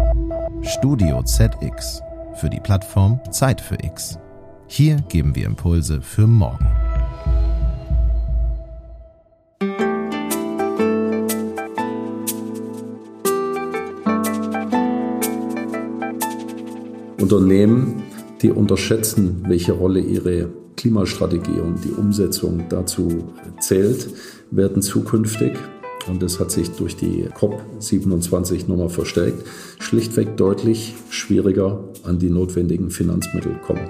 Studio ZX für die Plattform Zeit für X. Hier geben wir Impulse für morgen. Unternehmen, die unterschätzen, welche Rolle ihre Klimastrategie und die Umsetzung dazu zählt, werden zukünftig, und das hat sich durch die COP27 nochmal verstärkt, schlichtweg deutlich schwieriger an die notwendigen Finanzmittel kommen.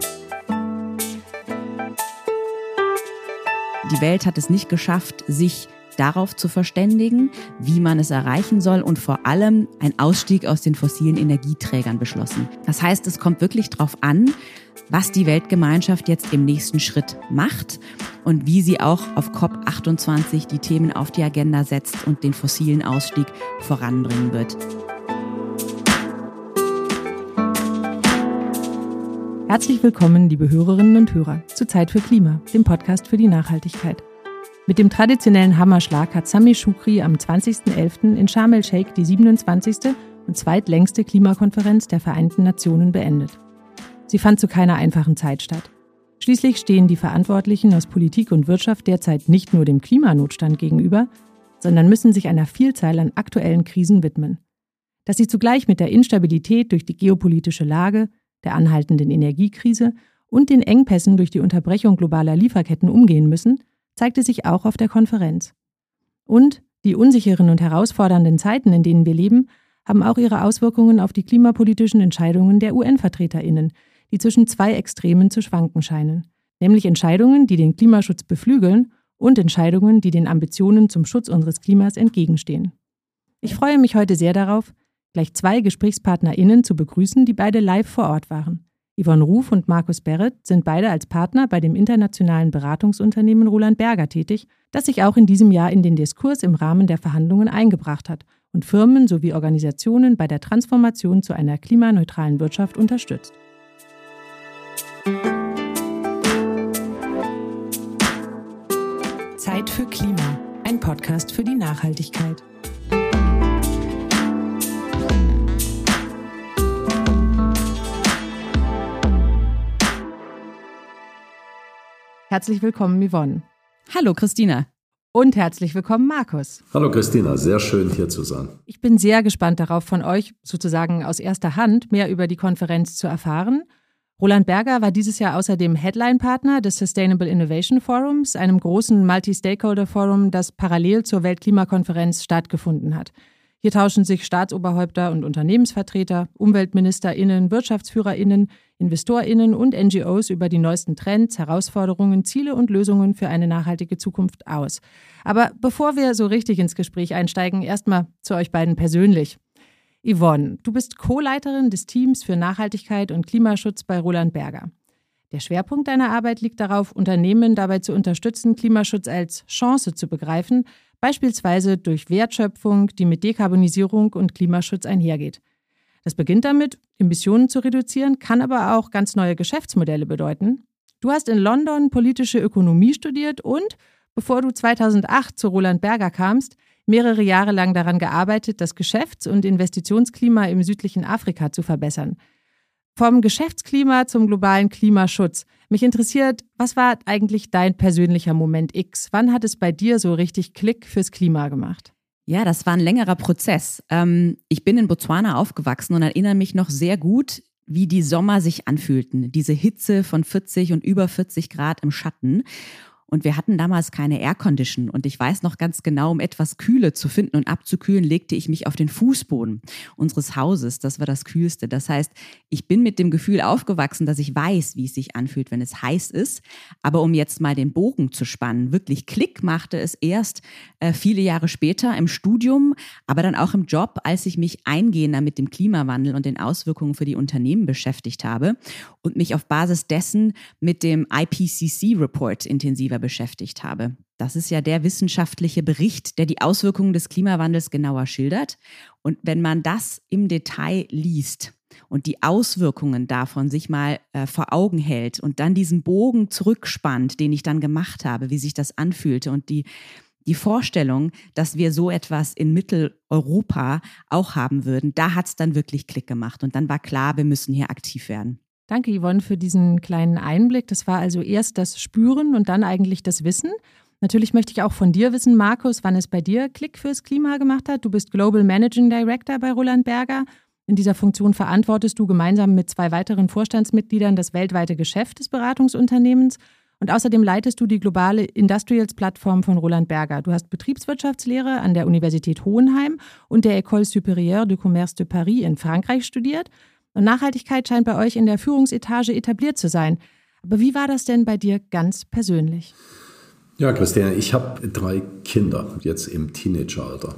Die Welt hat es nicht geschafft, sich darauf zu verständigen, wie man es erreichen soll und vor allem ein Ausstieg aus den fossilen Energieträgern beschlossen. Das heißt, es kommt wirklich darauf an, was die Weltgemeinschaft jetzt im nächsten Schritt macht und wie sie auch auf COP28 die Themen auf die Agenda setzt und den fossilen Ausstieg voranbringen wird. Herzlich willkommen, liebe Hörerinnen und Hörer, zu Zeit für Klima, dem Podcast für die Nachhaltigkeit. Mit dem traditionellen Hammerschlag hat Sameh Shoukry am 20.11. in Sharm el-Sheikh die 27. und zweitlängste Klimakonferenz der Vereinten Nationen beendet. Sie fand zu keiner einfachen Zeit statt. Schließlich stehen die Verantwortlichen aus Politik und Wirtschaft derzeit nicht nur dem Klimanotstand gegenüber, sondern müssen sich einer Vielzahl an aktuellen Krisen widmen. Dass sie zugleich mit der Instabilität durch die geopolitische Lage, der anhaltenden Energiekrise und den Engpässen durch die Unterbrechung globaler Lieferketten umgehen müssen, zeigte sich auch auf der Konferenz. Und die unsicheren und herausfordernden Zeiten, in denen wir leben, haben auch ihre Auswirkungen auf die klimapolitischen Entscheidungen der UN-VertreterInnen, die zwischen zwei Extremen zu schwanken scheinen. Nämlich Entscheidungen, die den Klimaschutz beflügeln und Entscheidungen, die den Ambitionen zum Schutz unseres Klimas entgegenstehen. Ich freue mich heute sehr darauf, gleich zwei GesprächspartnerInnen zu begrüßen, die beide live vor Ort waren. Yvonne Ruf und Markus Berret sind beide als Partner bei dem internationalen Beratungsunternehmen Roland Berger tätig, das sich auch in diesem Jahr in den Diskurs im Rahmen der Verhandlungen eingebracht hat und Firmen sowie Organisationen bei der Transformation zu einer klimaneutralen Wirtschaft unterstützt. Zeit für Klima, ein Podcast für die Nachhaltigkeit. Herzlich willkommen, Yvonne. Hallo, Christina. Und herzlich willkommen, Markus. Hallo Christina, sehr schön hier zu sein. Ich bin sehr gespannt darauf, von euch sozusagen aus erster Hand mehr über die Konferenz zu erfahren. Roland Berger war dieses Jahr außerdem Headline-Partner des Sustainable Innovation Forums, einem großen Multi-Stakeholder-Forum, das parallel zur Weltklimakonferenz stattgefunden hat. Hier tauschen sich Staatsoberhäupter und Unternehmensvertreter, UmweltministerInnen, WirtschaftsführerInnen, InvestorInnen und NGOs über die neuesten Trends, Herausforderungen, Ziele und Lösungen für eine nachhaltige Zukunft aus. Aber bevor wir so richtig ins Gespräch einsteigen, erstmal zu euch beiden persönlich. Yvonne, du bist Co-Leiterin des Teams für Nachhaltigkeit und Klimaschutz bei Roland Berger. Der Schwerpunkt deiner Arbeit liegt darauf, Unternehmen dabei zu unterstützen, Klimaschutz als Chance zu begreifen, beispielsweise durch Wertschöpfung, die mit Dekarbonisierung und Klimaschutz einhergeht. Das beginnt damit, Emissionen zu reduzieren, kann aber auch ganz neue Geschäftsmodelle bedeuten. Du hast in London politische Ökonomie studiert und, bevor du 2008 zu Roland Berger kamst, mehrere Jahre lang daran gearbeitet, das Geschäfts- und Investitionsklima im südlichen Afrika zu verbessern. Vom Geschäftsklima zum globalen Klimaschutz. Mich interessiert, was war eigentlich dein persönlicher Moment X? Wann hat es bei dir so richtig Klick fürs Klima gemacht? Ja, das war ein längerer Prozess. Ich bin in Botswana aufgewachsen und erinnere mich noch sehr gut, wie die Sommer sich anfühlten. Diese Hitze von 40 und über 40 Grad im Schatten. Und wir hatten damals keine Aircondition. Und ich weiß noch ganz genau, um etwas Kühle zu finden und abzukühlen, legte ich mich auf den Fußboden unseres Hauses. Das war das Kühlste. Das heißt, ich bin mit dem Gefühl aufgewachsen, dass ich weiß, wie es sich anfühlt, wenn es heiß ist. Aber um jetzt mal den Bogen zu spannen, wirklich Klick machte es erst viele Jahre später im Studium, aber dann auch im Job, als ich mich eingehender mit dem Klimawandel und den Auswirkungen für die Unternehmen beschäftigt habe und mich auf Basis dessen mit dem IPCC-Report intensiver beschäftigt habe. Das ist ja der wissenschaftliche Bericht, der die Auswirkungen des Klimawandels genauer schildert. Und wenn man das im Detail liest und die Auswirkungen davon sich mal vor Augen hält und dann diesen Bogen zurückspannt, den ich dann gemacht habe, wie sich das anfühlte und die die Vorstellung, dass wir so etwas in Mitteleuropa auch haben würden, da hat es dann wirklich Klick gemacht. Und dann war klar, wir müssen hier aktiv werden. Danke, Yvonne, für diesen kleinen Einblick. Das war also erst das Spüren und dann eigentlich das Wissen. Natürlich möchte ich auch von dir wissen, Markus, wann es bei dir Klick fürs Klima gemacht hat. Du bist Global Managing Director bei Roland Berger. In dieser Funktion verantwortest du gemeinsam mit 2 weiteren Vorstandsmitgliedern das weltweite Geschäft des Beratungsunternehmens. Und außerdem leitest du die globale Industrials-Plattform von Roland Berger. Du hast Betriebswirtschaftslehre an der Universität Hohenheim und der École Supérieure de Commerce de Paris in Frankreich studiert. Und Nachhaltigkeit scheint bei euch in der Führungsetage etabliert zu sein. Aber wie war das denn bei dir ganz persönlich? Ja, Christiane, ich habe 3 Kinder, jetzt im Teenageralter.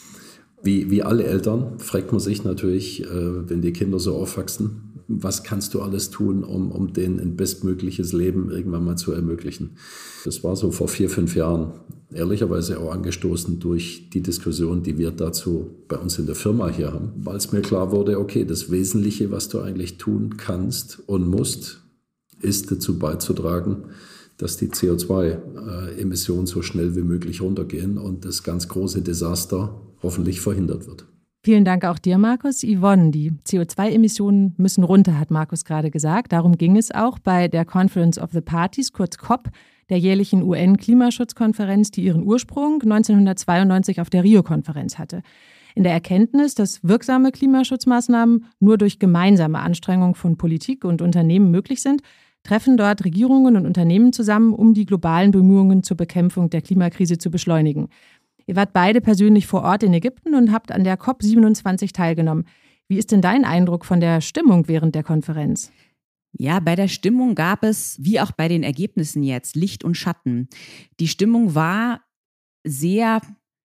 Wie alle Eltern fragt man sich natürlich, wenn die Kinder so aufwachsen, was kannst du alles tun, um denen ein bestmögliches Leben irgendwann mal zu ermöglichen. Das war so vor 4-5 Jahren, ehrlicherweise auch angestoßen durch die Diskussion, die wir dazu bei uns in der Firma hier haben, weil es mir klar wurde, okay, das Wesentliche, was du eigentlich tun kannst und musst, ist dazu beizutragen, dass die CO2-Emissionen so schnell wie möglich runtergehen und das ganz große Desaster hoffentlich verhindert wird. Vielen Dank auch dir, Markus. Yvonne, die CO2-Emissionen müssen runter, hat Markus gerade gesagt. Darum ging es auch bei der Conference of the Parties, kurz COP, der jährlichen UN-Klimaschutzkonferenz, die ihren Ursprung 1992 auf der Rio-Konferenz hatte. In der Erkenntnis, dass wirksame Klimaschutzmaßnahmen nur durch gemeinsame Anstrengungen von Politik und Unternehmen möglich sind, treffen dort Regierungen und Unternehmen zusammen, um die globalen Bemühungen zur Bekämpfung der Klimakrise zu beschleunigen. Ihr wart beide persönlich vor Ort in Ägypten und habt an der COP27 teilgenommen. Wie ist denn dein Eindruck von der Stimmung während der Konferenz? Ja, bei der Stimmung gab es, wie auch bei den Ergebnissen jetzt, Licht und Schatten. Die Stimmung war sehr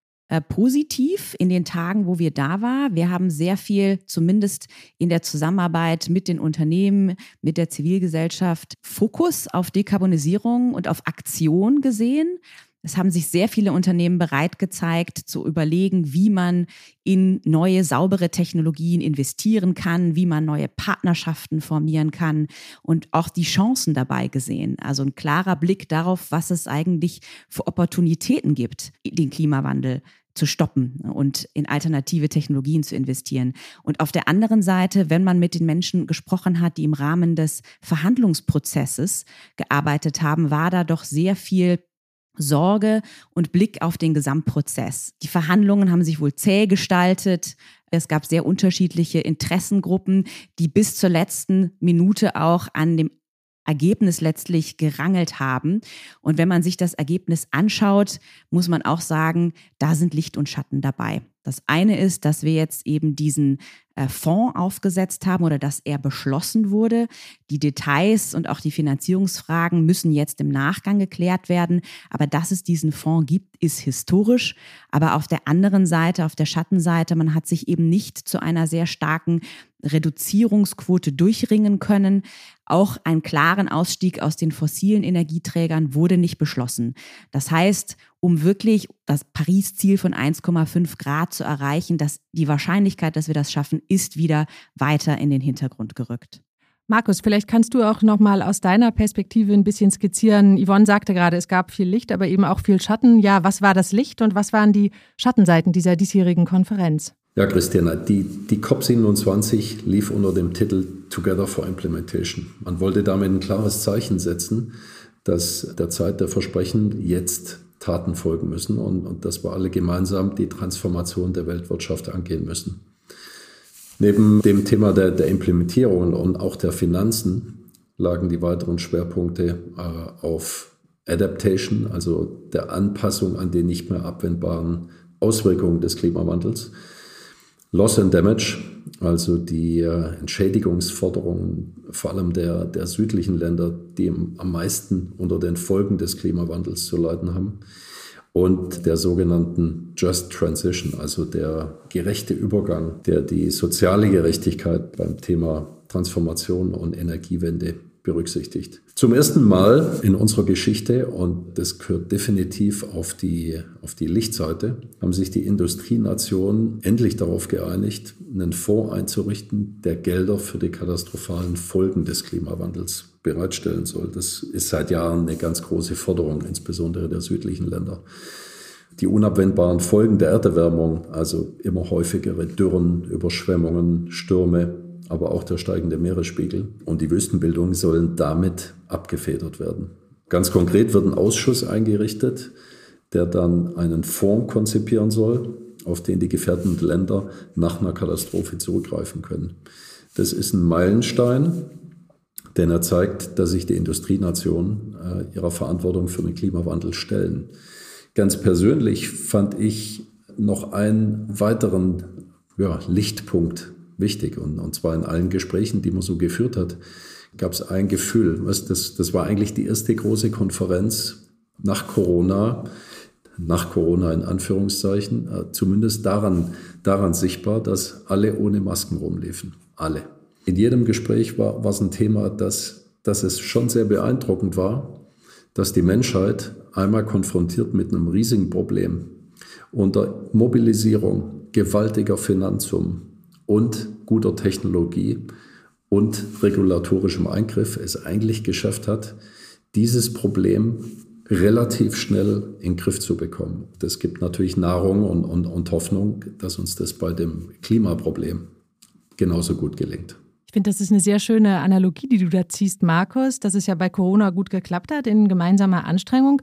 positiv in den Tagen, wo wir da waren. Wir haben sehr viel, zumindest in der Zusammenarbeit mit den Unternehmen, mit der Zivilgesellschaft, Fokus auf Dekarbonisierung und auf Aktion gesehen. Es haben sich sehr viele Unternehmen bereit gezeigt, zu überlegen, wie man in neue, saubere Technologien investieren kann, wie man neue Partnerschaften formieren kann und auch die Chancen dabei gesehen. Also ein klarer Blick darauf, was es eigentlich für Opportunitäten gibt, den Klimawandel zu stoppen und in alternative Technologien zu investieren. Und auf der anderen Seite, wenn man mit den Menschen gesprochen hat, die im Rahmen des Verhandlungsprozesses gearbeitet haben, war da doch sehr viel Sorge und Blick auf den Gesamtprozess. Die Verhandlungen haben sich wohl zäh gestaltet. Es gab sehr unterschiedliche Interessengruppen, die bis zur letzten Minute auch an dem Ergebnis letztlich gerangelt haben. Und wenn man sich das Ergebnis anschaut, muss man auch sagen, da sind Licht und Schatten dabei. Das eine ist, dass wir jetzt eben diesen Fonds aufgesetzt haben oder dass er beschlossen wurde. Die Details und auch die Finanzierungsfragen müssen jetzt im Nachgang geklärt werden. Aber dass es diesen Fonds gibt, ist historisch. Aber auf der anderen Seite, auf der Schattenseite, man hat sich eben nicht zu einer sehr starken Reduzierungsquote durchringen können. Auch einen klaren Ausstieg aus den fossilen Energieträgern wurde nicht beschlossen. Das heißt, um wirklich das Paris-Ziel von 1,5 Grad zu erreichen, dass die Wahrscheinlichkeit, dass wir das schaffen, ist wieder weiter in den Hintergrund gerückt. Markus, vielleicht kannst du auch noch mal aus deiner Perspektive ein bisschen skizzieren. Yvonne sagte gerade, es gab viel Licht, aber eben auch viel Schatten. Ja, was war das Licht und was waren die Schattenseiten dieser diesjährigen Konferenz? Ja, Christiane, die COP27 lief unter dem Titel Together for Implementation. Man wollte damit ein klares Zeichen setzen, dass der Zeit der Versprechen jetzt Taten folgen müssen und dass wir alle gemeinsam die Transformation der Weltwirtschaft angehen müssen. Neben dem Thema der Implementierung und auch der Finanzen lagen die weiteren Schwerpunkte auf Adaptation, also der Anpassung an die nicht mehr abwendbaren Auswirkungen des Klimawandels, Loss and Damage, also die Entschädigungsforderungen vor allem der südlichen Länder, die am meisten unter den Folgen des Klimawandels zu leiden haben, und der sogenannten Just Transition, also der gerechte Übergang, der die soziale Gerechtigkeit beim Thema Transformation und Energiewende berücksichtigt. Zum ersten Mal in unserer Geschichte, und das gehört definitiv auf die Lichtseite, haben sich die Industrienationen endlich darauf geeinigt, einen Fonds einzurichten, der Gelder für die katastrophalen Folgen des Klimawandels bereitstellen soll. Das ist seit Jahren eine ganz große Forderung, insbesondere der südlichen Länder. Die unabwendbaren Folgen der Erderwärmung, also immer häufigere Dürren, Überschwemmungen, Stürme, aber auch der steigende Meeresspiegel und die Wüstenbildung sollen damit abgefedert werden. Ganz konkret wird ein Ausschuss eingerichtet, der dann einen Fonds konzipieren soll, auf den die gefährdeten Länder nach einer Katastrophe zurückgreifen können. Das ist ein Meilenstein, denn er zeigt, dass sich die Industrienationen ihrer Verantwortung für den Klimawandel stellen. Ganz persönlich fand ich noch einen weiteren Lichtpunkt wichtig. Und zwar in allen Gesprächen, die man so geführt hat, gab es ein Gefühl. Das war eigentlich die erste große Konferenz nach Corona in Anführungszeichen, zumindest daran sichtbar, dass alle ohne Masken rumliefen. Alle. In jedem Gespräch war es ein Thema, dass es schon sehr beeindruckend war, dass die Menschheit einmal konfrontiert mit einem riesigen Problem unter Mobilisierung gewaltiger Finanzsummen und guter Technologie und regulatorischem Eingriff es eigentlich geschafft hat, dieses Problem relativ schnell in den Griff zu bekommen. Das gibt natürlich Nahrung und Hoffnung, dass uns das bei dem Klimaproblem genauso gut gelingt. Ich finde, das ist eine sehr schöne Analogie, die du da ziehst, Markus, dass es ja bei Corona gut geklappt hat in gemeinsamer Anstrengung.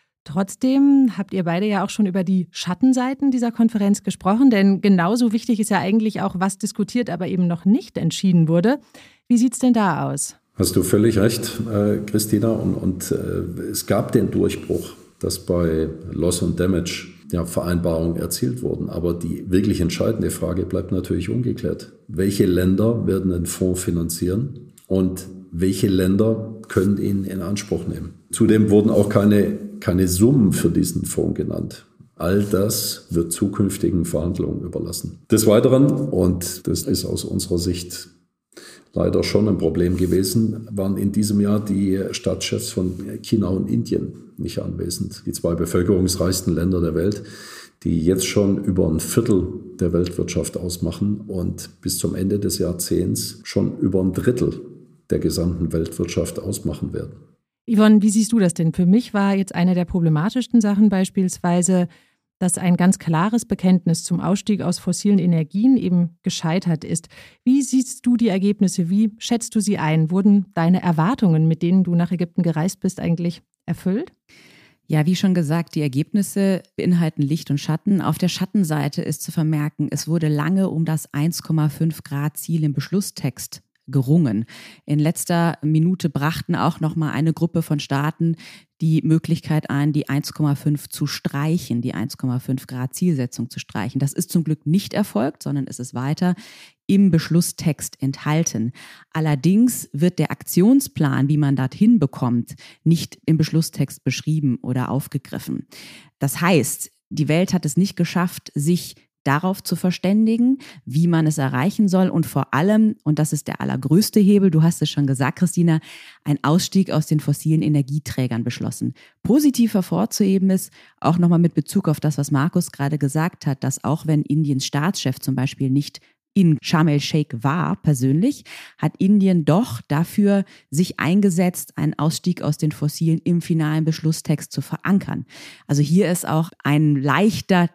Trotzdem habt ihr beide ja auch schon über die Schattenseiten dieser Konferenz gesprochen, denn genauso wichtig ist ja eigentlich auch, was diskutiert, aber eben noch nicht entschieden wurde. Wie sieht es denn da aus? Hast du völlig recht, Christina. Und es gab den Durchbruch, dass bei Loss und Damage Vereinbarungen erzielt wurden. Aber die wirklich entscheidende Frage bleibt natürlich ungeklärt. Welche Länder werden den Fonds finanzieren und welche Länder können ihn in Anspruch nehmen? Zudem wurden auch keine Summen für diesen Fonds genannt. All das wird zukünftigen Verhandlungen überlassen. Des Weiteren, und das ist aus unserer Sicht leider schon ein Problem gewesen, waren in diesem Jahr die Staatschefs von China und Indien nicht anwesend. Die 2 bevölkerungsreichsten Länder der Welt, die jetzt schon über ein Viertel der Weltwirtschaft ausmachen und bis zum Ende des Jahrzehnts schon über ein Drittel der gesamten Weltwirtschaft ausmachen werden. Yvonne, wie siehst du das denn? Für mich war jetzt eine der problematischsten Sachen beispielsweise, dass ein ganz klares Bekenntnis zum Ausstieg aus fossilen Energien eben gescheitert ist. Wie siehst du die Ergebnisse? Wie schätzt du sie ein? Wurden deine Erwartungen, mit denen du nach Ägypten gereist bist, eigentlich erfüllt? Ja, wie schon gesagt, die Ergebnisse beinhalten Licht und Schatten. Auf der Schattenseite ist zu vermerken, es wurde lange um das 1,5 Grad Ziel im Beschlusstext gerungen. In letzter Minute brachten auch noch mal eine Gruppe von Staaten die Möglichkeit ein, die 1,5 zu streichen, die 1,5 Grad Zielsetzung zu streichen. Das ist zum Glück nicht erfolgt, sondern es ist weiter im Beschlusstext enthalten. Allerdings wird der Aktionsplan, wie man dorthin bekommt, nicht im Beschlusstext beschrieben oder aufgegriffen. Das heißt, die Welt hat es nicht geschafft, sich darauf zu verständigen, wie man es erreichen soll und vor allem, und das ist der allergrößte Hebel, du hast es schon gesagt, Christina, ein Ausstieg aus den fossilen Energieträgern beschlossen. Positiv hervorzuheben ist, auch nochmal mit Bezug auf das, was Markus gerade gesagt hat, dass auch wenn Indiens Staatschef zum Beispiel nicht in Sharm el-Sheikh war persönlich, hat Indien doch dafür sich eingesetzt, einen Ausstieg aus den Fossilen im finalen Beschlusstext zu verankern. Also hier ist auch ein leichter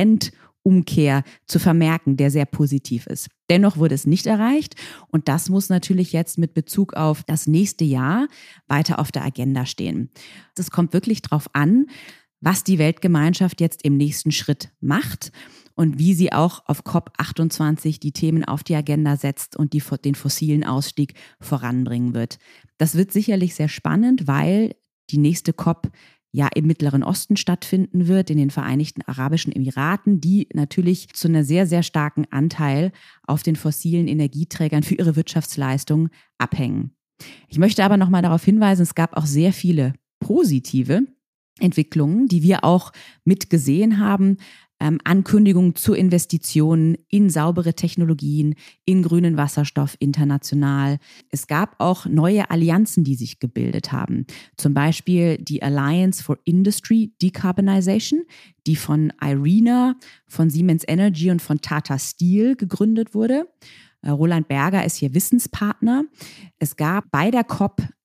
Trendumkehr zu vermerken, der sehr positiv ist. Dennoch wurde es nicht erreicht und das muss natürlich jetzt mit Bezug auf das nächste Jahr weiter auf der Agenda stehen. Es kommt wirklich darauf an, was die Weltgemeinschaft jetzt im nächsten Schritt macht und wie sie auch auf COP28 die Themen auf die Agenda setzt und den fossilen Ausstieg voranbringen wird. Das wird sicherlich sehr spannend, weil die nächste COP ja im Mittleren Osten stattfinden wird, in den Vereinigten Arabischen Emiraten, die natürlich zu einem sehr, sehr starken Anteil auf den fossilen Energieträgern für ihre Wirtschaftsleistung abhängen. Ich möchte aber nochmal darauf hinweisen, es gab auch sehr viele positive Entwicklungen, die wir auch mitgesehen haben. Ankündigungen zu Investitionen in saubere Technologien, in grünen Wasserstoff international. Es gab auch neue Allianzen, die sich gebildet haben. Zum Beispiel die Alliance for Industry Decarbonization, die von IRENA, von Siemens Energy und von Tata Steel gegründet wurde. Roland Berger ist hier Wissenspartner. Es gab bei der COP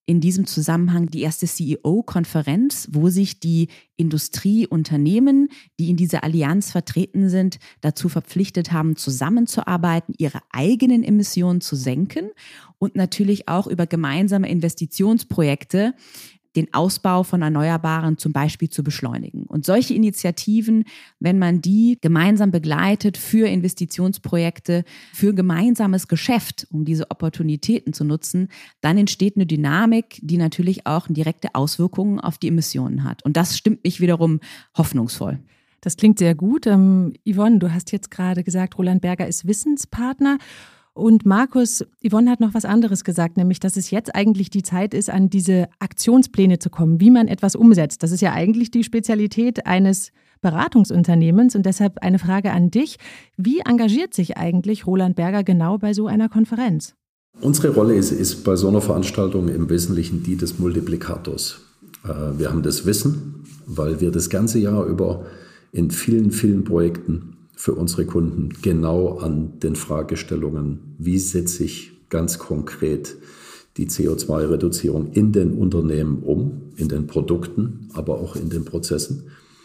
in diesem Zusammenhang die erste CEO-Konferenz, wo sich die Industrieunternehmen, die in dieser Allianz vertreten sind, dazu verpflichtet haben, zusammenzuarbeiten, ihre eigenen Emissionen zu senken und natürlich auch über gemeinsame Investitionsprojekte den Ausbau von Erneuerbaren zum Beispiel zu beschleunigen. Und solche Initiativen, wenn man die gemeinsam begleitet für Investitionsprojekte, für gemeinsames Geschäft, um diese Opportunitäten zu nutzen, dann entsteht eine Dynamik, die natürlich auch direkte Auswirkungen auf die Emissionen hat. Und das stimmt mich wiederum hoffnungsvoll. Das klingt sehr gut. Yvonne, du hast jetzt gerade gesagt, Roland Berger ist Wissenspartner. Und Markus, Yvonne hat noch was anderes gesagt, nämlich, dass es jetzt eigentlich die Zeit ist, an diese Aktionspläne zu kommen, wie man etwas umsetzt. Das ist ja eigentlich die Spezialität eines Beratungsunternehmens und deshalb eine Frage an dich. Wie engagiert sich eigentlich Roland Berger genau bei so einer Konferenz? Unsere Rolle ist bei so einer Veranstaltung im Wesentlichen die des Multiplikators. Wir haben das Wissen, weil wir das ganze Jahr über in vielen, vielen Projekten für unsere Kunden genau an den Fragestellungen, wie setze ich ganz konkret die CO2-Reduzierung in den Unternehmen um, in den Produkten, aber auch in den Prozessen.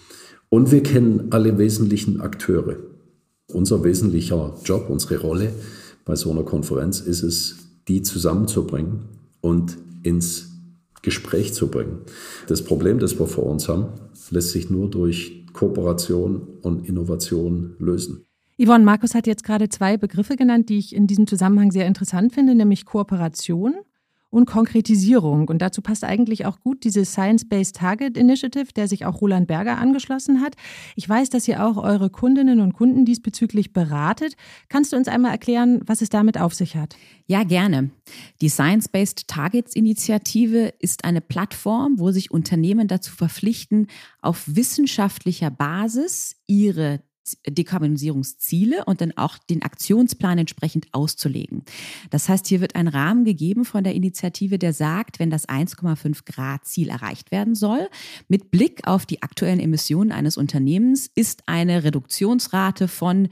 Und wir kennen alle wesentlichen Akteure. Unser wesentlicher Job, unsere Rolle bei so einer Konferenz ist es, die zusammenzubringen und ins Gespräch zu bringen. Das Problem, das wir vor uns haben, lässt sich nur durch Kooperation und Innovation lösen. Yvonne, Markus hat jetzt gerade 2 Begriffe genannt, die ich in diesem Zusammenhang sehr interessant finde, nämlich Kooperation und Konkretisierung. Und dazu passt eigentlich auch gut diese Science-Based Target Initiative, der sich auch Roland Berger angeschlossen hat. Ich weiß, dass ihr auch eure Kundinnen und Kunden diesbezüglich beratet. Kannst du uns einmal erklären, was es damit auf sich hat? Ja, gerne. Die Science-Based Targets Initiative ist eine Plattform, wo sich Unternehmen dazu verpflichten, auf wissenschaftlicher Basis ihre Dekarbonisierungsziele und dann auch den Aktionsplan entsprechend auszulegen. Das heißt, hier wird ein Rahmen gegeben von der Initiative, der sagt, wenn das 1,5 Grad Ziel erreicht werden soll, mit Blick auf die aktuellen Emissionen eines Unternehmens ist eine Reduktionsrate von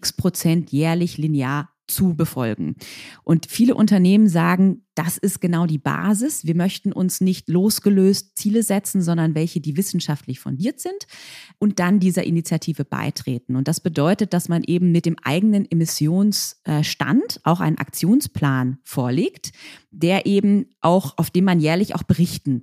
x% jährlich linear zu befolgen. Und viele Unternehmen sagen, das ist genau die Basis. Wir möchten uns nicht losgelöst Ziele setzen, sondern welche, die wissenschaftlich fundiert sind und dann dieser Initiative beitreten. Und das bedeutet, dass man eben mit dem eigenen Emissionsstand auch einen Aktionsplan vorlegt, der eben auch, auf dem man jährlich auch berichten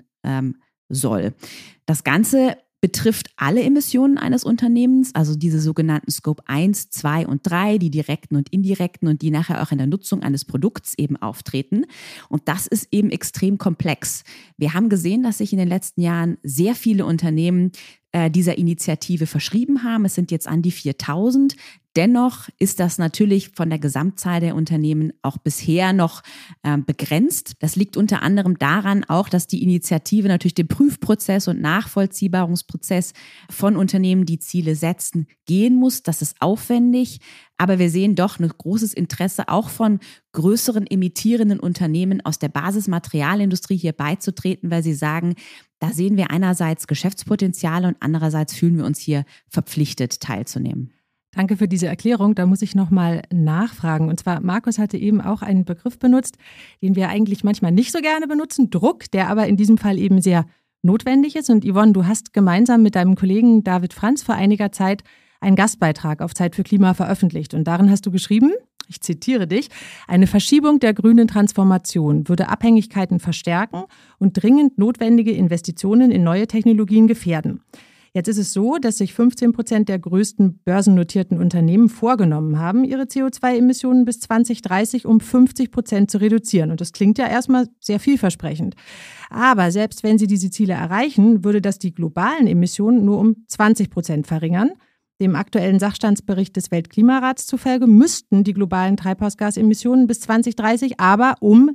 soll. Das Ganze betrifft alle Emissionen eines Unternehmens, also diese sogenannten Scope 1, 2 und 3, die direkten und indirekten und die nachher auch in der Nutzung eines Produkts eben auftreten. Und das ist eben extrem komplex. Wir haben gesehen, dass sich in den letzten Jahren sehr viele Unternehmen dieser Initiative verschrieben haben. Es sind jetzt an die 4.000. Dennoch ist das natürlich von der Gesamtzahl der Unternehmen auch bisher noch begrenzt. Das liegt unter anderem daran auch, dass die Initiative natürlich den Prüfprozess und Nachvollziehbarungsprozess von Unternehmen, die Ziele setzen, gehen muss. Das ist aufwendig. Aber wir sehen doch ein großes Interesse auch von größeren emittierenden Unternehmen aus der Basismaterialindustrie hier beizutreten, weil sie sagen, da sehen wir einerseits Geschäftspotenziale und andererseits fühlen wir uns hier verpflichtet, teilzunehmen. Danke für diese Erklärung. Da muss ich nochmal nachfragen. Und zwar, Markus hatte eben auch einen Begriff benutzt, den wir eigentlich manchmal nicht so gerne benutzen, Druck, der aber in diesem Fall eben sehr notwendig ist. Und Yvonne, du hast gemeinsam mit deinem Kollegen David Franz vor einiger Zeit einen Gastbeitrag auf Zeit für Klima veröffentlicht. Und darin hast du geschrieben, ich zitiere dich, eine Verschiebung der grünen Transformation würde Abhängigkeiten verstärken und dringend notwendige Investitionen in neue Technologien gefährden. Jetzt ist es so, dass sich 15% der größten börsennotierten Unternehmen vorgenommen haben, ihre CO2-Emissionen bis 2030 um 50% zu reduzieren. Und das klingt ja erstmal sehr vielversprechend. Aber selbst wenn sie diese Ziele erreichen, würde das die globalen Emissionen nur um 20% verringern. Dem aktuellen Sachstandsbericht des Weltklimarats zufolge müssten die globalen Treibhausgasemissionen bis 2030 aber um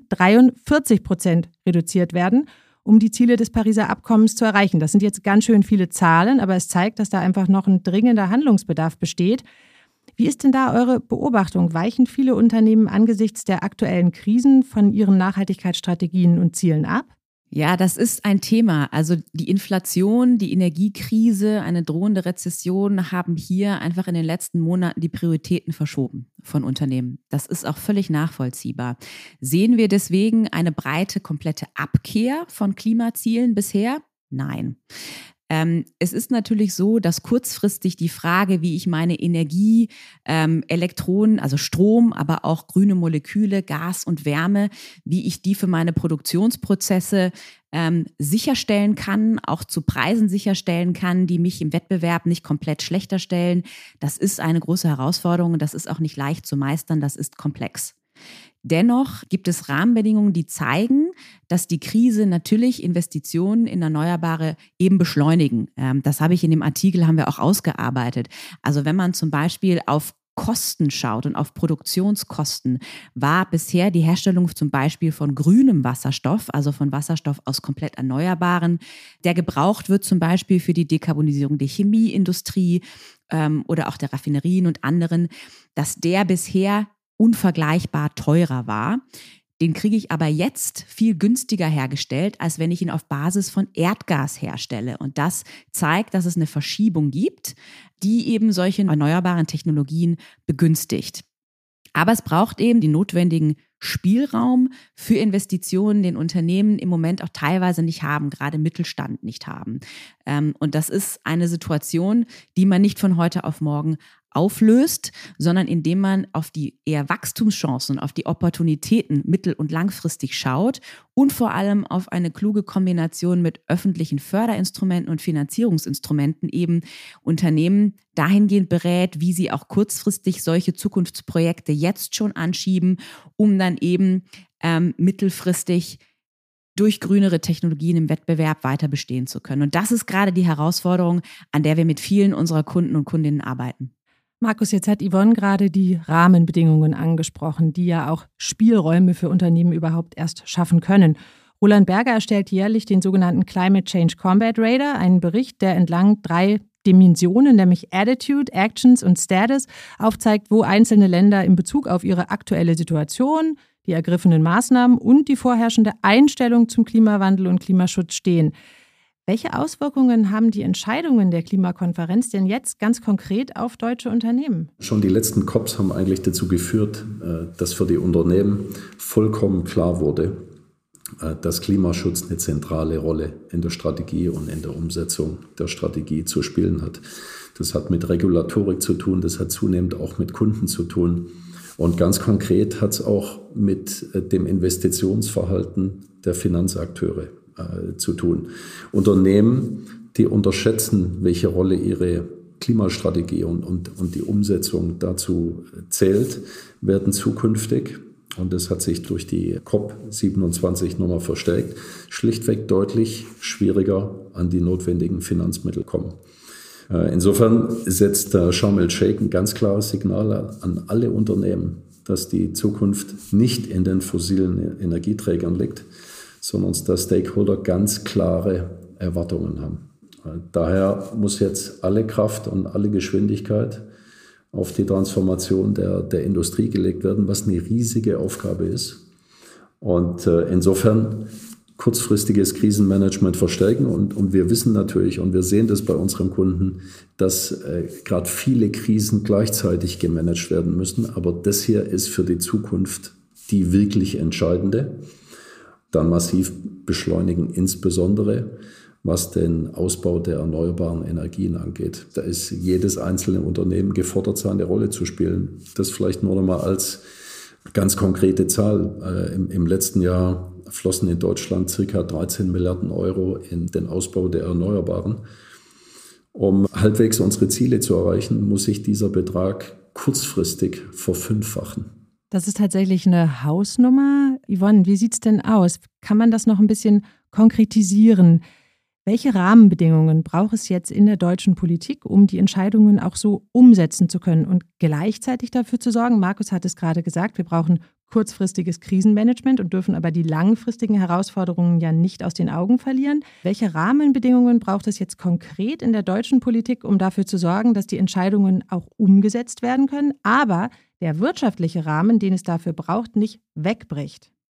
43% reduziert werden, um die Ziele des Pariser Abkommens zu erreichen. Das sind jetzt ganz schön viele Zahlen, aber es zeigt, dass da einfach noch ein dringender Handlungsbedarf besteht. Wie ist denn da eure Beobachtung? Weichen viele Unternehmen angesichts der aktuellen Krisen von ihren Nachhaltigkeitsstrategien und Zielen ab? Ja, das ist ein Thema. Also die Inflation, die Energiekrise, eine drohende Rezession haben hier einfach in den letzten Monaten die Prioritäten verschoben von Unternehmen. Das ist auch völlig nachvollziehbar. Sehen wir deswegen eine breite, komplette Abkehr von Klimazielen bisher? Nein. Es ist natürlich so, dass kurzfristig die Frage, wie ich meine Energie, Elektronen, also Strom, aber auch grüne Moleküle, Gas und Wärme, wie ich die für meine Produktionsprozesse sicherstellen kann, auch zu Preisen sicherstellen kann, die mich im Wettbewerb nicht komplett schlechter stellen. Das ist eine große Herausforderung und das ist auch nicht leicht zu meistern, das ist komplex. Dennoch gibt es Rahmenbedingungen, die zeigen, dass die Krise natürlich Investitionen in Erneuerbare eben beschleunigen. Das habe ich in dem Artikel, haben wir auch ausgearbeitet. Also wenn man zum Beispiel auf Kosten schaut und auf Produktionskosten, war bisher die Herstellung zum Beispiel von grünem Wasserstoff, also von Wasserstoff aus komplett Erneuerbaren, der gebraucht wird zum Beispiel für die Dekarbonisierung der Chemieindustrie oder auch der Raffinerien und anderen, dass der bisher unvergleichbar teurer war. Den kriege ich aber jetzt viel günstiger hergestellt, als wenn ich ihn auf Basis von Erdgas herstelle. Und das zeigt, dass es eine Verschiebung gibt, die eben solche erneuerbaren Technologien begünstigt. Aber es braucht eben den notwendigen Spielraum für Investitionen, den Unternehmen im Moment auch teilweise nicht haben, gerade Mittelstand nicht haben. Und das ist eine Situation, die man nicht von heute auf morgen auflöst, sondern indem man auf die eher Wachstumschancen, auf die Opportunitäten mittel- und langfristig schaut und vor allem auf eine kluge Kombination mit öffentlichen Förderinstrumenten und Finanzierungsinstrumenten eben Unternehmen dahingehend berät, wie sie auch kurzfristig solche Zukunftsprojekte jetzt schon anschieben, um dann eben mittelfristig durch grünere Technologien im Wettbewerb weiter bestehen zu können. Und das ist gerade die Herausforderung, an der wir mit vielen unserer Kunden und Kundinnen arbeiten. Markus, jetzt hat Yvonne gerade die Rahmenbedingungen angesprochen, die ja auch Spielräume für Unternehmen überhaupt erst schaffen können. Roland Berger erstellt jährlich den sogenannten Climate Change Combat Radar, einen Bericht, der entlang 3 Dimensionen, nämlich Attitude, Actions und Status, aufzeigt, wo einzelne Länder in Bezug auf ihre aktuelle Situation, die ergriffenen Maßnahmen und die vorherrschende Einstellung zum Klimawandel und Klimaschutz stehen. Welche Auswirkungen haben die Entscheidungen der Klimakonferenz denn jetzt ganz konkret auf deutsche Unternehmen? Schon die letzten COPs haben eigentlich dazu geführt, dass für die Unternehmen vollkommen klar wurde, dass Klimaschutz eine zentrale Rolle in der Strategie und in der Umsetzung der Strategie zu spielen hat. Das hat mit Regulatorik zu tun, das hat zunehmend auch mit Kunden zu tun. Und ganz konkret hat es auch mit dem Investitionsverhalten der Finanzakteure zu tun. Unternehmen, die unterschätzen, welche Rolle ihre Klimastrategie und die Umsetzung dazu zählt, werden zukünftig, und das hat sich durch die COP27 nochmal verstärkt, schlichtweg deutlich schwieriger an die notwendigen Finanzmittel kommen. Insofern setzt Sharm el-Sheikh ein ganz klares Signal an alle Unternehmen, dass die Zukunft nicht in den fossilen Energieträgern liegt, sondern dass Stakeholder ganz klare Erwartungen haben. Daher muss jetzt alle Kraft und alle Geschwindigkeit auf die Transformation der Industrie gelegt werden, was eine riesige Aufgabe ist. Und insofern kurzfristiges Krisenmanagement verstärken. Und wir wissen natürlich, und wir sehen das bei unseren Kunden, dass gerade viele Krisen gleichzeitig gemanagt werden müssen. Aber das hier ist für die Zukunft die wirklich entscheidende. Dann massiv beschleunigen, insbesondere was den Ausbau der erneuerbaren Energien angeht. Da ist jedes einzelne Unternehmen gefordert, seine Rolle zu spielen. Das vielleicht nur noch mal als ganz konkrete Zahl. Im letzten Jahr flossen in Deutschland ca. 13 Milliarden Euro in den Ausbau der Erneuerbaren. Um halbwegs unsere Ziele zu erreichen, muss sich dieser Betrag kurzfristig verfünffachen. Das ist tatsächlich eine Hausnummer. Yvonne, wie sieht es denn aus? Kann man das noch ein bisschen konkretisieren? Welche Rahmenbedingungen braucht es jetzt in der deutschen Politik, um die Entscheidungen auch so umsetzen zu können und gleichzeitig dafür zu sorgen? Markus hat es gerade gesagt, wir brauchen kurzfristiges Krisenmanagement und dürfen aber die langfristigen Herausforderungen ja nicht aus den Augen verlieren. Welche Rahmenbedingungen braucht es jetzt konkret in der deutschen Politik, um dafür zu sorgen, dass die Entscheidungen auch umgesetzt werden können, aber der wirtschaftliche Rahmen, den es dafür braucht, nicht wegbricht?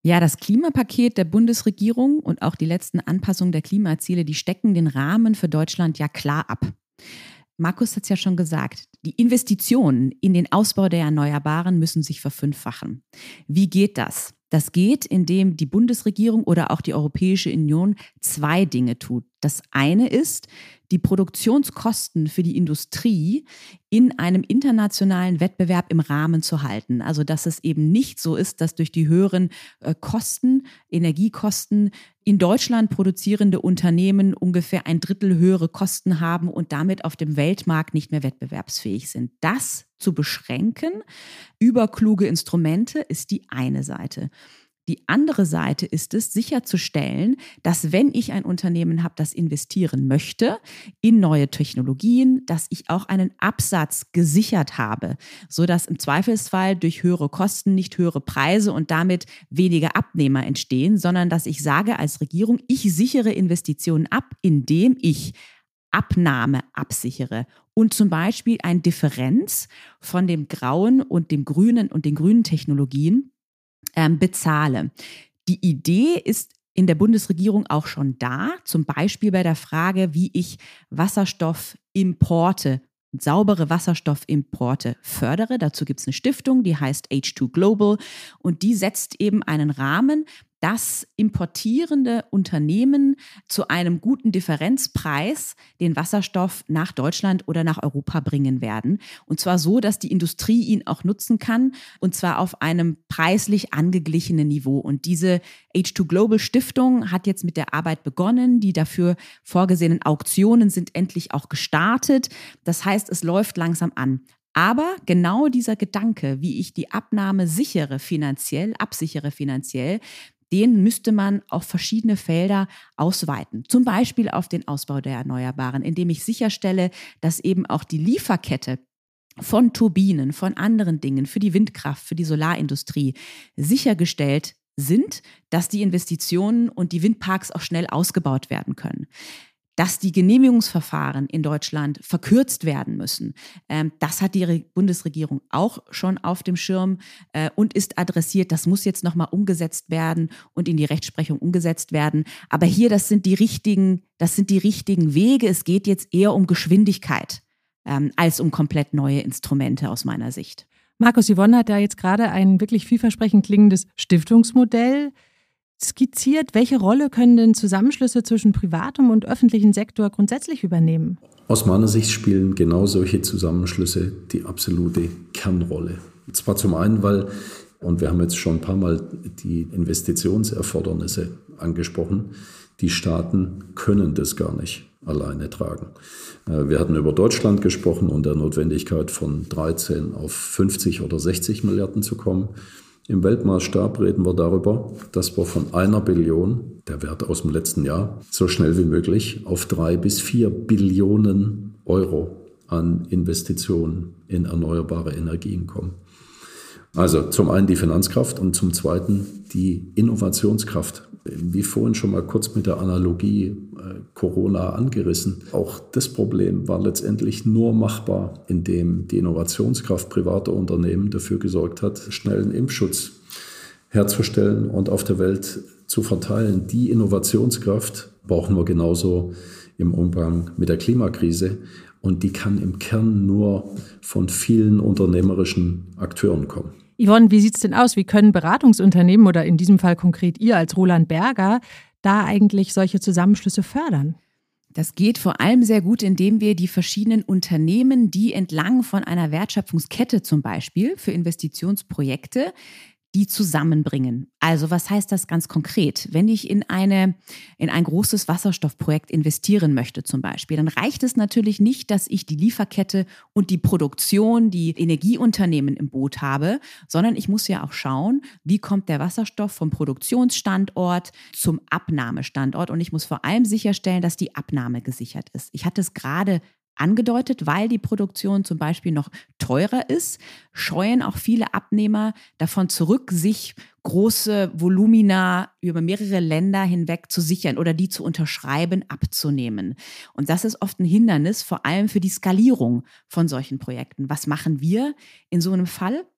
Ja, das Klimapaket der Bundesregierung und auch die letzten Anpassungen der Klimaziele, die stecken den Rahmen für Deutschland ja klar ab. Markus hat es ja schon gesagt, die Investitionen in den Ausbau der Erneuerbaren müssen sich verfünffachen. Wie geht das? Das geht, indem die Bundesregierung oder auch die Europäische Union 2 Dinge tut. Das eine ist, die Produktionskosten für die Industrie in einem internationalen Wettbewerb im Rahmen zu halten. Also dass es eben nicht so ist, dass durch die höheren Kosten, Energiekosten in Deutschland produzierende Unternehmen ungefähr 1/3 höhere Kosten haben und damit auf dem Weltmarkt nicht mehr wettbewerbsfähig sind. Das zu beschränken über kluge Instrumente ist die eine Seite. Die andere Seite ist es, sicherzustellen, dass wenn ich ein Unternehmen habe, das investieren möchte in neue Technologien, dass ich auch einen Absatz gesichert habe, sodass im Zweifelsfall durch höhere Kosten nicht höhere Preise und damit weniger Abnehmer entstehen, sondern dass ich sage als Regierung, ich sichere Investitionen ab, indem ich Abnahme absichere und zum Beispiel eine Differenz von dem grauen und dem grünen und den grünen Technologien bezahle. Die Idee ist in der Bundesregierung auch schon da, zum Beispiel bei der Frage, wie ich Wasserstoffimporte, saubere Wasserstoffimporte fördere. Dazu gibt es eine Stiftung, die heißt H2 Global und die setzt eben einen Rahmen, dass importierende Unternehmen zu einem guten Differenzpreis den Wasserstoff nach Deutschland oder nach Europa bringen werden. Und zwar so, dass die Industrie ihn auch nutzen kann und zwar auf einem preislich angeglichenen Niveau. Und diese H2 Global Stiftung hat jetzt mit der Arbeit begonnen. Die dafür vorgesehenen Auktionen sind endlich auch gestartet. Das heißt, es läuft langsam an. Aber genau dieser Gedanke, wie ich die Abnahme absichere finanziell, den müsste man auf verschiedene Felder ausweiten. Zum Beispiel auf den Ausbau der Erneuerbaren, indem ich sicherstelle, dass eben auch die Lieferkette von Turbinen, von anderen Dingen, für die Windkraft, für die Solarindustrie sichergestellt sind, dass die Investitionen und die Windparks auch schnell ausgebaut werden können. Dass die Genehmigungsverfahren in Deutschland verkürzt werden müssen. Das hat die Bundesregierung auch schon auf dem Schirm und ist adressiert. Das muss jetzt nochmal umgesetzt werden und in die Rechtsprechung umgesetzt werden. Aber hier, das sind die richtigen Wege. Es geht jetzt eher um Geschwindigkeit als um komplett neue Instrumente aus meiner Sicht. Markus, Yvonne hat da jetzt gerade ein wirklich vielversprechend klingendes Stiftungsmodell skizziert. Welche Rolle können denn Zusammenschlüsse zwischen privatem und öffentlichem Sektor grundsätzlich übernehmen? Aus meiner Sicht spielen genau solche Zusammenschlüsse die absolute Kernrolle. Und zwar zum einen, und wir haben jetzt schon ein paar Mal die Investitionserfordernisse angesprochen, die Staaten können das gar nicht alleine tragen. Wir hatten über Deutschland gesprochen und der Notwendigkeit von 13 auf 50 oder 60 Milliarden zu kommen. Im Weltmaßstab reden wir darüber, dass wir von 1 Billion, der Wert aus dem letzten Jahr, so schnell wie möglich auf 3 bis 4 Billionen Euro an Investitionen in erneuerbare Energien kommen. Also zum einen die Finanzkraft und zum zweiten die Innovationskraft. Wie vorhin schon mal kurz mit der Analogie Corona angerissen. Auch das Problem war letztendlich nur machbar, indem die Innovationskraft privater Unternehmen dafür gesorgt hat, schnellen Impfschutz herzustellen und auf der Welt zu verteilen. Die Innovationskraft brauchen wir genauso im Umgang mit der Klimakrise. Und die kann im Kern nur von vielen unternehmerischen Akteuren kommen. Yvonne, wie sieht es denn aus? Wie können Beratungsunternehmen oder in diesem Fall konkret ihr als Roland Berger da eigentlich solche Zusammenschlüsse fördern? Das geht vor allem sehr gut, indem wir die verschiedenen Unternehmen, die entlang von einer Wertschöpfungskette zum Beispiel für Investitionsprojekte, die zusammenbringen. Also was heißt das ganz konkret? Wenn ich in ein großes Wasserstoffprojekt investieren möchte zum Beispiel, dann reicht es natürlich nicht, dass ich die Lieferkette und die Produktion, die Energieunternehmen im Boot habe, sondern ich muss ja auch schauen, wie kommt der Wasserstoff vom Produktionsstandort zum Abnahmestandort und ich muss vor allem sicherstellen, dass die Abnahme gesichert ist. Ich hatte es gerade angedeutet, weil die Produktion zum Beispiel noch teurer ist, scheuen auch viele Abnehmer davon zurück, sich große Volumina über mehrere Länder hinweg zu sichern oder die zu unterschreiben, abzunehmen. Und das ist oft ein Hindernis, vor allem für die Skalierung von solchen Projekten. Was machen wir in so einem Fall?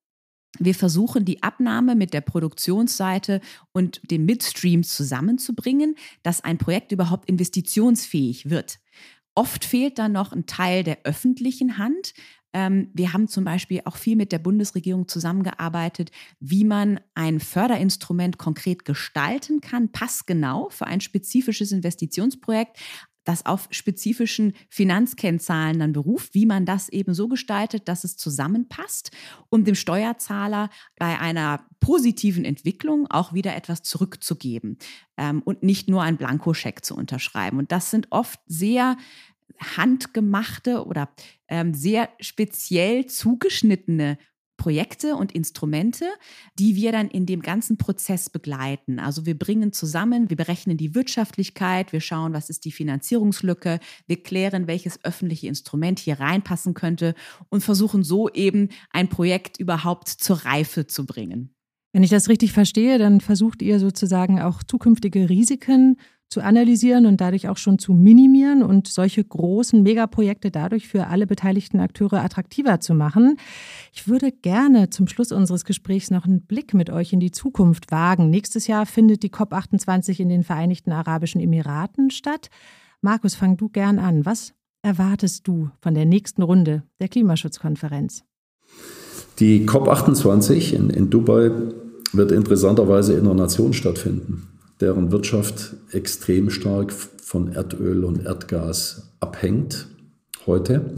Wir versuchen, die Abnahme mit der Produktionsseite und dem Midstream zusammenzubringen, dass ein Projekt überhaupt investitionsfähig wird. Oft fehlt dann noch ein Teil der öffentlichen Hand. Wir haben zum Beispiel auch viel mit der Bundesregierung zusammengearbeitet, wie man ein Förderinstrument konkret gestalten kann, passgenau für ein spezifisches Investitionsprojekt, das auf spezifischen Finanzkennzahlen dann beruft, wie man das eben so gestaltet, dass es zusammenpasst, um dem Steuerzahler bei einer positiven Entwicklung auch wieder etwas zurückzugeben und nicht nur einen Blankoscheck zu unterschreiben. Und das sind oft sehr handgemachte oder sehr speziell zugeschnittene Projekte und Instrumente, die wir dann in dem ganzen Prozess begleiten. Also wir bringen zusammen, wir berechnen die Wirtschaftlichkeit, wir schauen, was ist die Finanzierungslücke, wir klären, welches öffentliche Instrument hier reinpassen könnte und versuchen so eben ein Projekt überhaupt zur Reife zu bringen. Wenn ich das richtig verstehe, dann versucht ihr sozusagen auch zukünftige Risiken zu analysieren und dadurch auch schon zu minimieren und solche großen Megaprojekte dadurch für alle beteiligten Akteure attraktiver zu machen. Ich würde gerne zum Schluss unseres Gesprächs noch einen Blick mit euch in die Zukunft wagen. Nächstes Jahr findet die COP28 in den Vereinigten Arabischen Emiraten statt. Markus, fang du gern an. Was erwartest du von der nächsten Runde der Klimaschutzkonferenz? Die COP28 in Dubai wird interessanterweise in einer Nation stattfinden, deren Wirtschaft extrem stark von Erdöl und Erdgas abhängt heute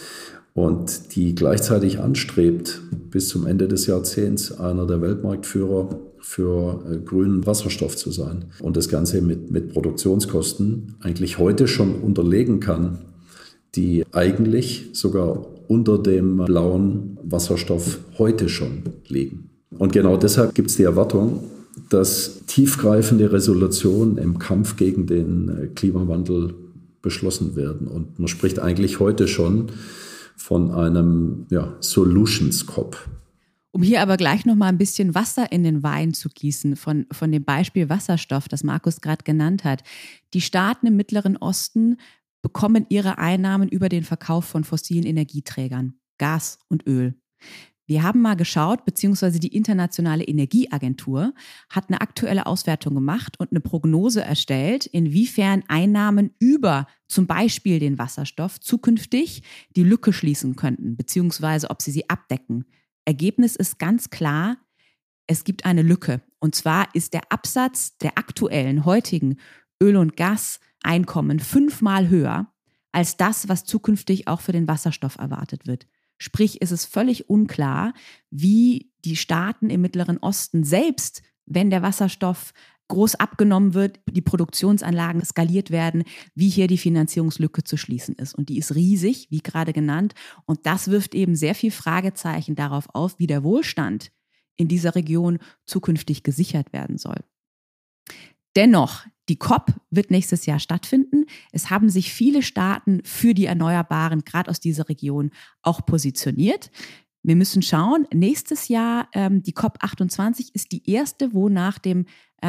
und die gleichzeitig anstrebt, bis zum Ende des Jahrzehnts einer der Weltmarktführer für grünen Wasserstoff zu sein und das Ganze mit Produktionskosten eigentlich heute schon unterlegen kann, die eigentlich sogar unter dem blauen Wasserstoff heute schon liegen. Und genau deshalb gibt es die Erwartung, dass tiefgreifende Resolutionen im Kampf gegen den Klimawandel beschlossen werden. Und man spricht eigentlich heute schon von einem Solutions COP. Um hier aber gleich noch mal ein bisschen Wasser in den Wein zu gießen, von dem Beispiel Wasserstoff, das Markus gerade genannt hat. Die Staaten im Mittleren Osten bekommen ihre Einnahmen über den Verkauf von fossilen Energieträgern, Gas und Öl. Wir haben mal geschaut, beziehungsweise die Internationale Energieagentur hat eine aktuelle Auswertung gemacht und eine Prognose erstellt, inwiefern Einnahmen über zum Beispiel den Wasserstoff zukünftig die Lücke schließen könnten, beziehungsweise ob sie abdecken. Ergebnis ist ganz klar, es gibt eine Lücke. Und zwar ist der Absatz der aktuellen, heutigen Öl- und Gaseinkommen 5-mal höher als das, was zukünftig auch für den Wasserstoff erwartet wird. Sprich, ist es völlig unklar, wie die Staaten im Mittleren Osten selbst, wenn der Wasserstoff groß abgenommen wird, die Produktionsanlagen skaliert werden, wie hier die Finanzierungslücke zu schließen ist. Und die ist riesig, wie gerade genannt. Und das wirft eben sehr viel Fragezeichen darauf auf, wie der Wohlstand in dieser Region zukünftig gesichert werden soll. Dennoch, die COP wird nächstes Jahr stattfinden. Es haben sich viele Staaten für die Erneuerbaren, gerade aus dieser Region, auch positioniert. Wir müssen schauen, nächstes Jahr, die COP28 ist die erste, wo nach dem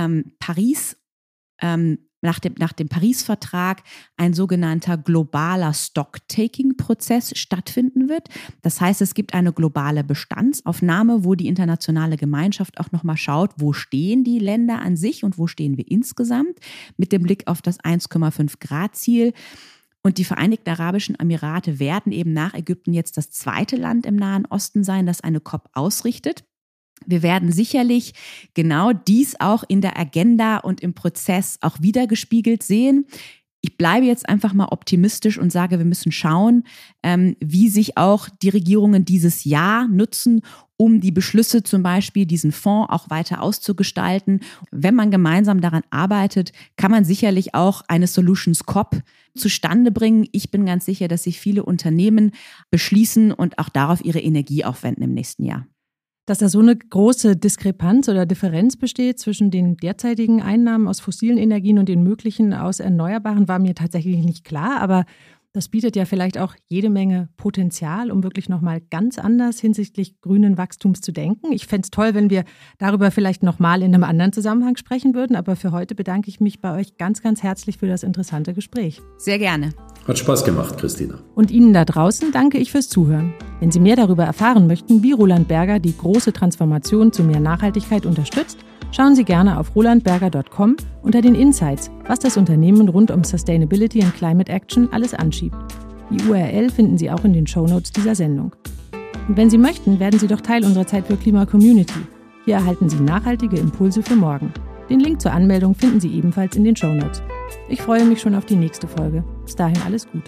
Paris-Vertrag ein sogenannter globaler Stocktaking-Prozess stattfinden wird. Das heißt, es gibt eine globale Bestandsaufnahme, wo die internationale Gemeinschaft auch nochmal schaut, wo stehen die Länder an sich und wo stehen wir insgesamt mit dem Blick auf das 1,5-Grad-Ziel. Und die Vereinigten Arabischen Emirate werden eben nach Ägypten jetzt das zweite Land im Nahen Osten sein, das eine COP ausrichtet. Wir werden sicherlich genau dies auch in der Agenda und im Prozess auch wiedergespiegelt sehen. Ich bleibe jetzt einfach mal optimistisch und sage, wir müssen schauen, wie sich auch die Regierungen dieses Jahr nutzen, um die Beschlüsse zum Beispiel, diesen Fonds auch weiter auszugestalten. Wenn man gemeinsam daran arbeitet, kann man sicherlich auch eine Solutions COP zustande bringen. Ich bin ganz sicher, dass sich viele Unternehmen beschließen und auch darauf ihre Energie aufwenden im nächsten Jahr. Dass da so eine große Diskrepanz oder Differenz besteht zwischen den derzeitigen Einnahmen aus fossilen Energien und den möglichen aus Erneuerbaren, war mir tatsächlich nicht klar. Aber das bietet ja vielleicht auch jede Menge Potenzial, um wirklich nochmal ganz anders hinsichtlich grünen Wachstums zu denken. Ich fände es toll, wenn wir darüber vielleicht nochmal in einem anderen Zusammenhang sprechen würden. Aber für heute bedanke ich mich bei euch ganz, ganz herzlich für das interessante Gespräch. Sehr gerne. Hat Spaß gemacht, Christina. Und Ihnen da draußen danke ich fürs Zuhören. Wenn Sie mehr darüber erfahren möchten, wie Roland Berger die große Transformation zu mehr Nachhaltigkeit unterstützt, schauen Sie gerne auf rolandberger.com unter den Insights, was das Unternehmen rund um Sustainability and Climate Action alles anschiebt. Die URL finden Sie auch in den Shownotes dieser Sendung. Und wenn Sie möchten, werden Sie doch Teil unserer Zeit für Klima-Community. Hier erhalten Sie nachhaltige Impulse für morgen. Den Link zur Anmeldung finden Sie ebenfalls in den Shownotes. Ich freue mich schon auf die nächste Folge. Bis dahin alles Gute.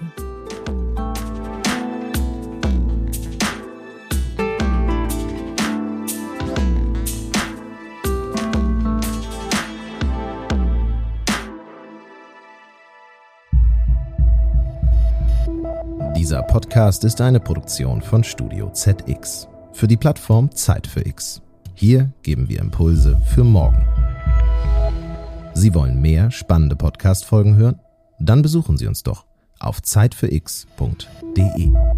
Dieser Podcast ist eine Produktion von Studio ZX für die Plattform Zeit für X. Hier geben wir Impulse für morgen. Sie wollen mehr spannende Podcast-Folgen hören? Dann besuchen Sie uns doch auf zeitfürx.de.